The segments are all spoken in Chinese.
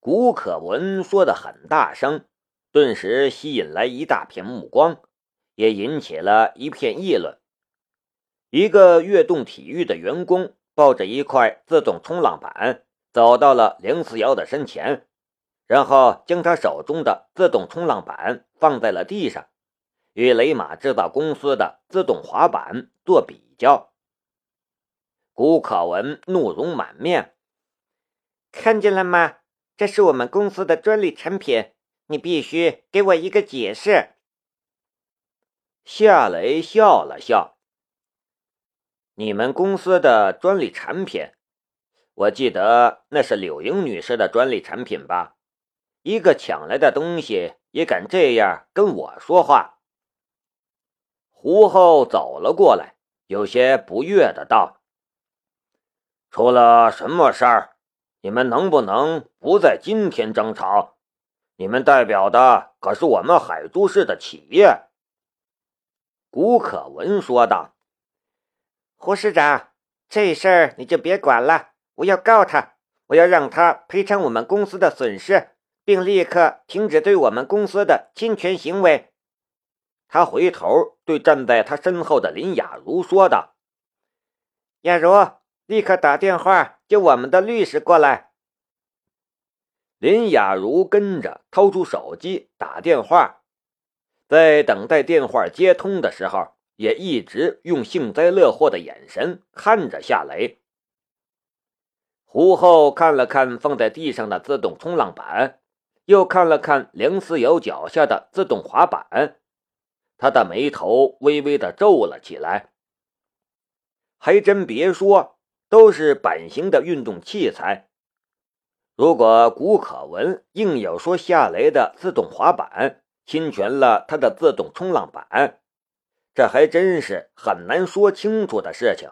古可文说得很大声，顿时吸引来一大片目光，也引起了一片议论。一个悦动体育的员工抱着一块自动冲浪板走到了梁思瑶的身前，然后将他手中的自动冲浪板放在了地上，与雷马制造公司的自动滑板做比较。古可文怒容满面：“看见了吗？这是我们公司的专利产品，你必须给我一个解释。”夏雷笑了笑：“你们公司的专利产品？我记得那是柳莹女士的专利产品吧？一个抢来的东西也敢这样跟我说话？”胡后走了过来，有些不悦的道：“出了什么事儿？你们能不能不在今天争吵？你们代表的可是我们海珠市的企业。”古可文说道：“胡市长，这事儿你就别管了，我要告他，我要让他赔偿我们公司的损失，并立刻停止对我们公司的侵权行为。”他回头对站在他身后的林雅茹说道：“雅茹，立刻打电话叫我们的律师过来。”林雅茹跟着掏出手机打电话，在等待电话接通的时候，也一直用幸灾乐祸的眼神看着夏雷。胡后看了看放在地上的自动冲浪板，又看了看梁思瑶脚下的自动滑板，他的眉头微微的皱了起来。还真别说，都是版型的运动器材。如果古可文硬要说夏雷的自动滑板侵权了他的自动冲浪板，这还真是很难说清楚的事情。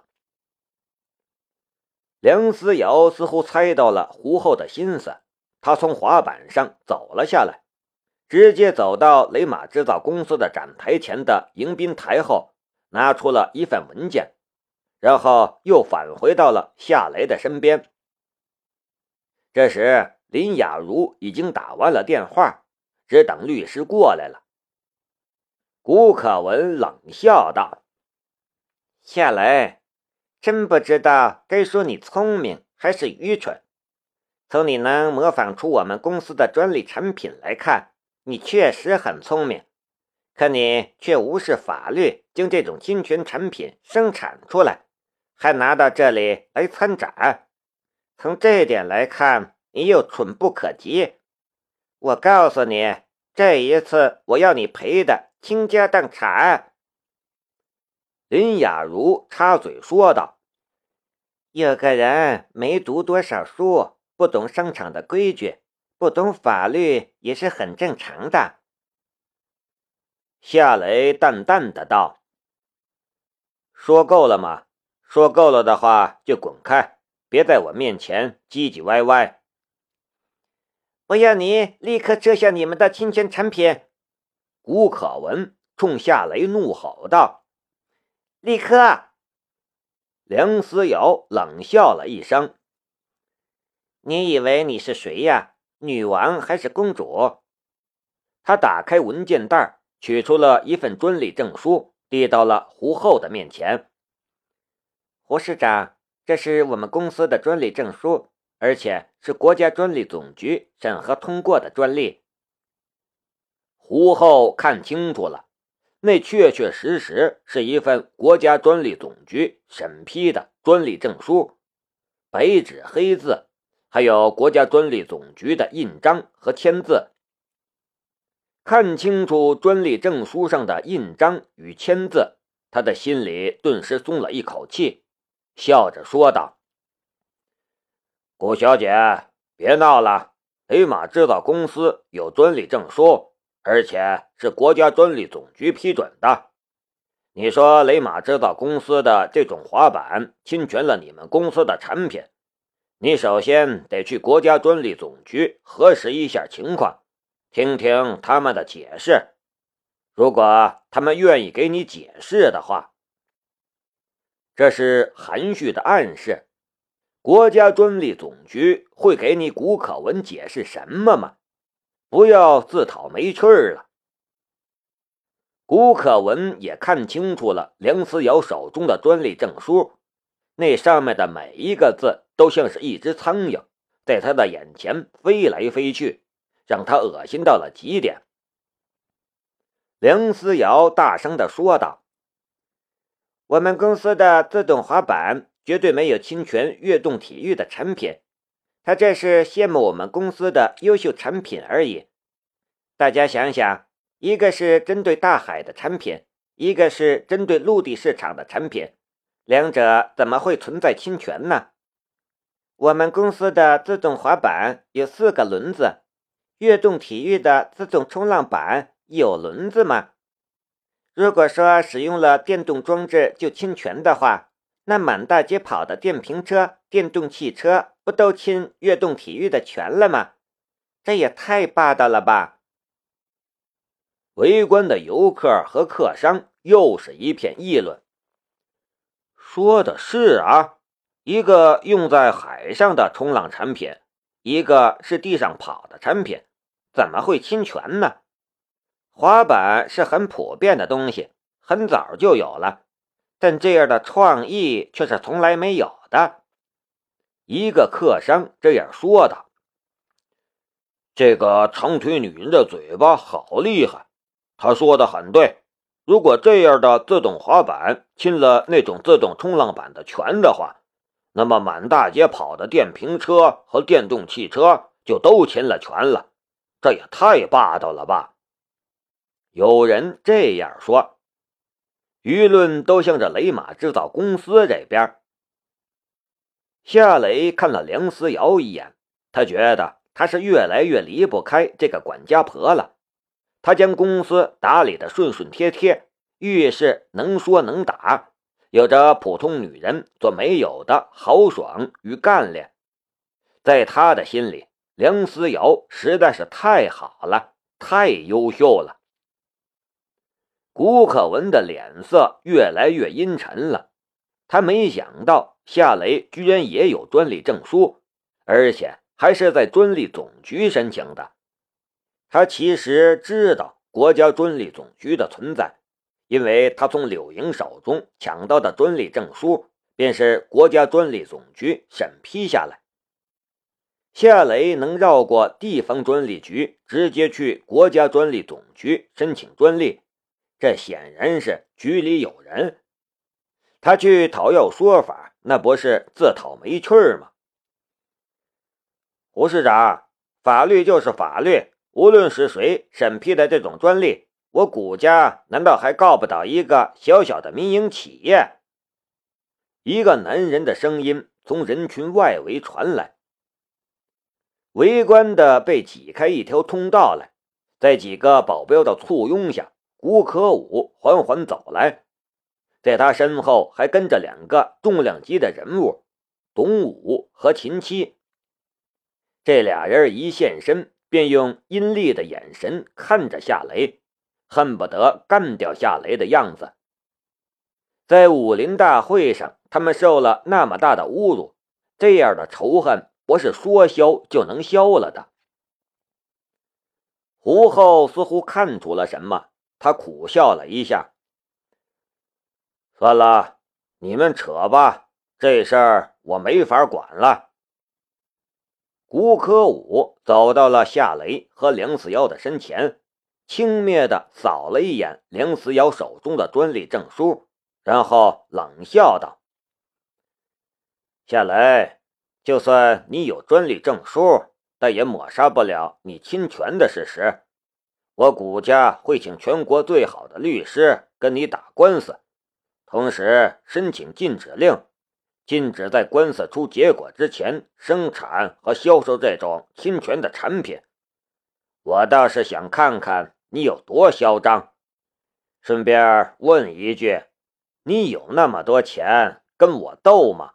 梁思瑶似乎猜到了胡后的心思，他从滑板上走了下来，直接走到雷马制造公司的展台前的迎宾台后，拿出了一份文件，然后又返回到了夏雷的身边。这时林雅茹已经打完了电话，只等律师过来了。古可文冷笑道：“夏雷，真不知道该说你聪明还是愚蠢。从你能模仿出我们公司的专利产品来看，你确实很聪明，可你却无视法律，将这种侵权产品生产出来，还拿到这里来参展。从这一点来看，你又蠢不可及。我告诉你，这一次我要你赔的倾家荡产。”林雅茹插嘴说道：“有个人没读多少书，不懂商场的规矩，不懂法律也是很正常的。”夏雷淡淡的道：“说够了吗？说够了的话就滚开，别在我面前唧唧歪歪。”“我要你立刻撤下你们的侵权产品！”古可文冲夏雷怒吼道。“立刻！”梁思瑶冷笑了一声：“你以为你是谁呀？女王还是公主？”他打开文件袋，取出了一份专利证书，递到了胡后的面前。“胡市长，这是我们公司的专利证书，而且是国家专利总局审核通过的专利。”胡后看清楚了，那确确实实是一份国家专利总局审批的专利证书，白纸黑字，还有国家专利总局的印章和签字。看清楚专利证书上的印章与签字，他的心里顿时松了一口气，笑着说道：“古小姐，别闹了，雷马制造公司有专利证书，而且是国家专利总局批准的。你说雷马制造公司的这种滑板侵权了你们公司的产品，你首先得去国家专利总局核实一下情况，听听他们的解释。如果他们愿意给你解释的话。”这是含蓄的暗示， 国家专利总局会给你谷可文解释什么吗？不要自讨没趣了。谷可文也看清楚了梁思瑶手中的专利证书，那上面的每一个字都像是一只苍蝇，在他的眼前飞来飞去，让他恶心到了极点。梁思瑶大声地说道：“我们公司的自动滑板绝对没有侵权悦动体育的产品，他这是羡慕我们公司的优秀产品而已。大家想想，一个是针对大海的产品，一个是针对陆地市场的产品，两者怎么会存在侵权呢？我们公司的自动滑板有4个轮子，悦动体育的自动冲浪板有轮子吗？如果说使用了电动装置就侵权的话，那满大街跑的电瓶车、电动汽车不都侵悦动体育的权了吗？这也太霸道了吧！”围观的游客和客商又是一片议论。说的是啊，一个用在海上的冲浪产品，一个是地上跑的产品，怎么会侵权呢？滑板是很普遍的东西，很早就有了，但这样的创意却是从来没有的。一个客商这样说道：“这个长腿女人的嘴巴好厉害，她说的很对。如果这样的自动滑板侵了那种自动冲浪板的权的话，那么满大街跑的电瓶车和电动汽车就都侵了权了，这也太霸道了吧！”有人这样说，舆论都向着雷马制造公司这边。夏雷看了梁思瑶一眼，他觉得他是越来越离不开这个管家婆了。他将公司打理得顺顺帖帖，遇事能说能打，有着普通女人所没有的豪爽与干练。在他的心里，梁思瑶实在是太好了，太优秀了。谷可文的脸色越来越阴沉了，他没想到夏雷居然也有专利证书，而且还是在专利总局申请的。他其实知道国家专利总局的存在，因为他从柳莹手中抢到的专利证书便是国家专利总局审批下来。夏雷能绕过地方专利局，直接去国家专利总局申请专利，这显然是局里有人。他去讨要说法，那不是自讨没趣吗？胡市长，法律就是法律，无论是谁审批的这种专利，我谷家难道还告不倒一个小小的民营企业？一个男人的声音从人群外围传来。围观的被挤开一条通道来，在几个保镖的簇拥下，谷可武缓缓走来，在他身后还跟着2个重量级的人物，董武和秦七。这俩人一现身，便用阴厉的眼神看着夏雷，恨不得干掉夏雷的样子。在武林大会上，他们受了那么大的侮辱，这样的仇恨不是说消就能消了的。胡后似乎看出了什么，他苦笑了一下：“算了，你们扯吧，这事儿我没法管了。”谷可武走到了夏雷和梁思瑶的身前，轻蔑地扫了一眼梁思瑶手中的专利证书，然后冷笑道：“夏雷，就算你有专利证书，但也抹杀不了你侵权的事实。我谷家会请全国最好的律师跟你打官司，同时申请禁止令，禁止在官司出结果之前生产和销售这种侵权的产品。我倒是想看看你有多嚣张。顺便问一句，你有那么多钱跟我斗吗？”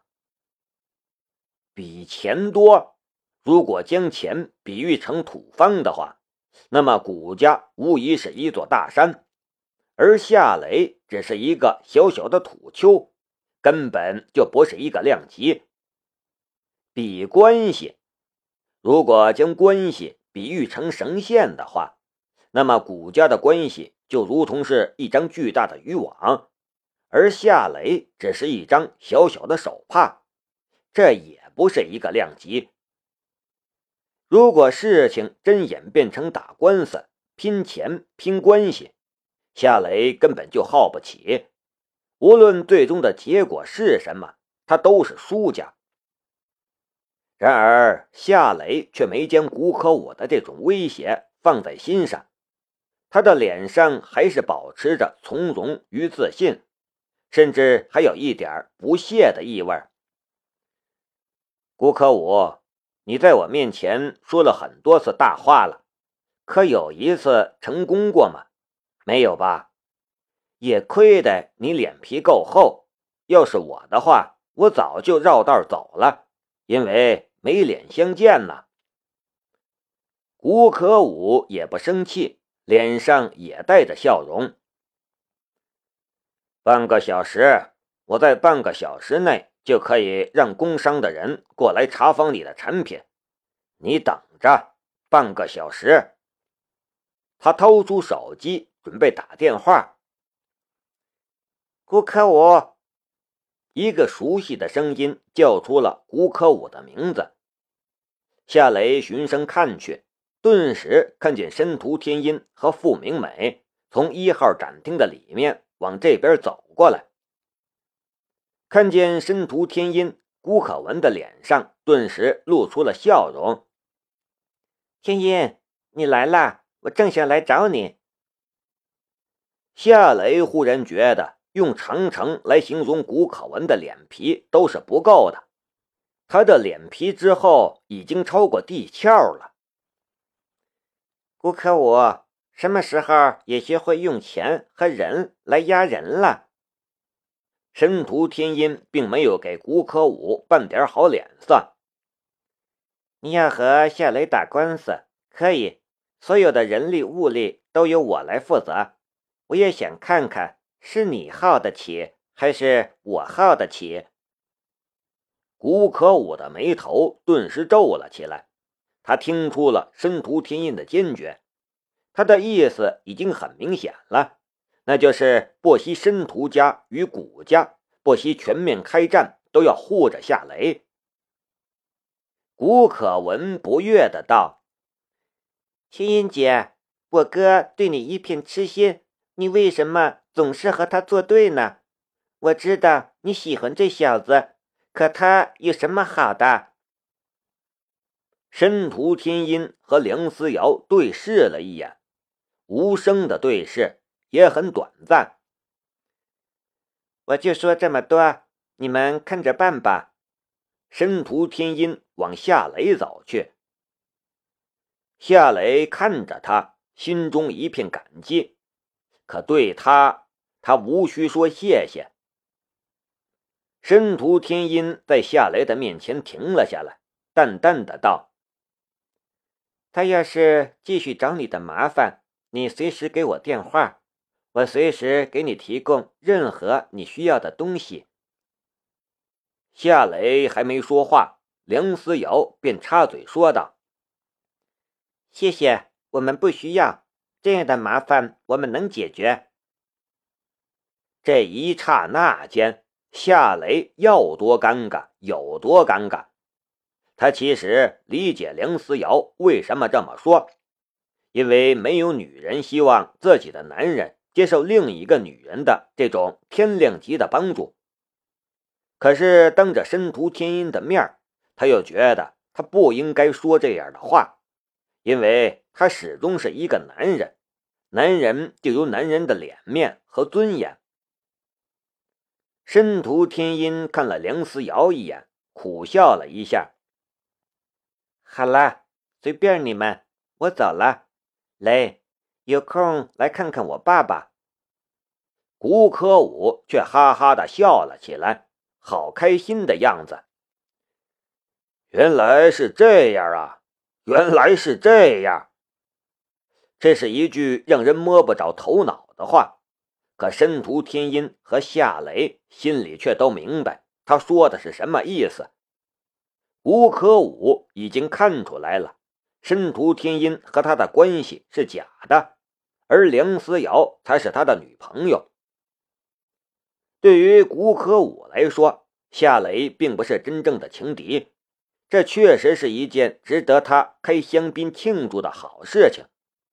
比钱多，如果将钱比喻成土方的话，那么谷家无疑是一座大山，而夏雷只是一个小小的土丘，根本就不是一个量级。 比关系。如果将关系比喻成绳线的话，那么谷家的关系就如同是一张巨大的渔网，而夏雷只是一张小小的手帕，这也不是一个量级。如果事情真演变成打官司、拼钱、拼关系，夏雷根本就耗不起，无论最终的结果是什么，他都是输家。然而夏雷却没将谷可武的这种威胁放在心上，他的脸上还是保持着从容与自信，甚至还有一点不屑的意味。谷可武，你在我面前说了很多次大话了，可有一次成功过吗？没有吧？也亏得你脸皮够厚，要是我的话，我早就绕道走了，因为没脸相见呢。谷可武也不生气，脸上也带着笑容。半个小时，我在半个小时内就可以让工商的人过来查访你的产品，你等着，半个小时。他掏出手机准备打电话。谷可武，一个熟悉的声音叫出了谷可武的名字。夏雷循声看去，顿时看见申屠天音和傅明美从1号展厅的里面往这边走过来。看见申屠天音，谷可文的脸上顿时露出了笑容。天音，你来啦，我正想来找你。夏雷忽然觉得用长城来形容谷可文的脸皮都是不够的，他的脸皮之后已经超过地壳了。谷可武，什么时候也学会用钱和人来压人了？申屠天音并没有给谷可武半点好脸色。你要和夏雷打官司，可以，所有的人力物力都由我来负责。我也想看看是你耗得起，还是我耗得起。谷可武的眉头顿时皱了起来，他听出了申屠天音的坚决，他的意思已经很明显了，那就是不惜申屠家与谷家，不惜全面开战，都要护着夏雷。谷可文不悦的道：天音姐，我哥对你一片痴心，你为什么总是和他作对呢？我知道你喜欢这小子，可他有什么好的？申屠天音和梁思瑶对视了一眼，无声的对视，也很短暂。我就说这么多，你们看着办吧。申屠天音往夏雷走去。夏雷看着他，心中一片感激，可对他无需说谢谢。申屠天音在夏雷的面前停了下来，淡淡的道：他要是继续找你的麻烦，你随时给我电话，我随时给你提供任何你需要的东西。夏雷还没说话，梁思瑶便插嘴说道：谢谢，我们不需要，这样的麻烦我们能解决。这一刹那间，夏雷要多尴尬有多尴尬。他其实理解梁思瑶为什么这么说，因为没有女人希望自己的男人接受另一个女人的这种天量级的帮助。可是当着申屠天音的面，他又觉得他不应该说这样的话，因为他始终是一个男人，男人就有男人的脸面和尊严。申屠天音看了梁思瑶一眼，苦笑了一下。好了，随便你们，我走了。雷，有空来看看我爸爸。谷可武却哈哈地笑了起来，好开心的样子。原来是这样啊，原来是这样。这是一句让人摸不着头脑的话，可申屠天音和夏雷心里却都明白他说的是什么意思。 吴可武已经看出来了，申屠天音和他的关系是假的，而梁思瑶才是他的女朋友。对于吴可武来说，夏磊并不是真正的情敌，这确实是一件值得他开香槟庆祝的好事情。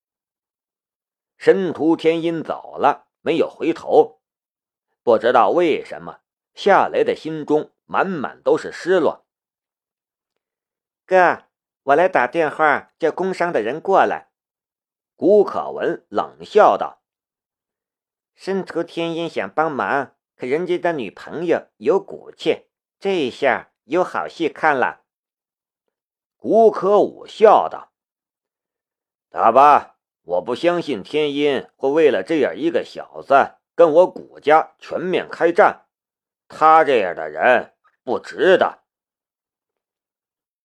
申屠天音走了，没有回头。不知道为什么，夏雷的心中满满都是失落。哥，我来打电话叫工商的人过来。谷可文冷笑道：申屠天音想帮忙，可人家的女朋友有骨气，这一下有好戏看了。谷可武笑道：打吧，我不相信天音会为了这样一个小子跟我谷家全面开战，他这样的人不值得。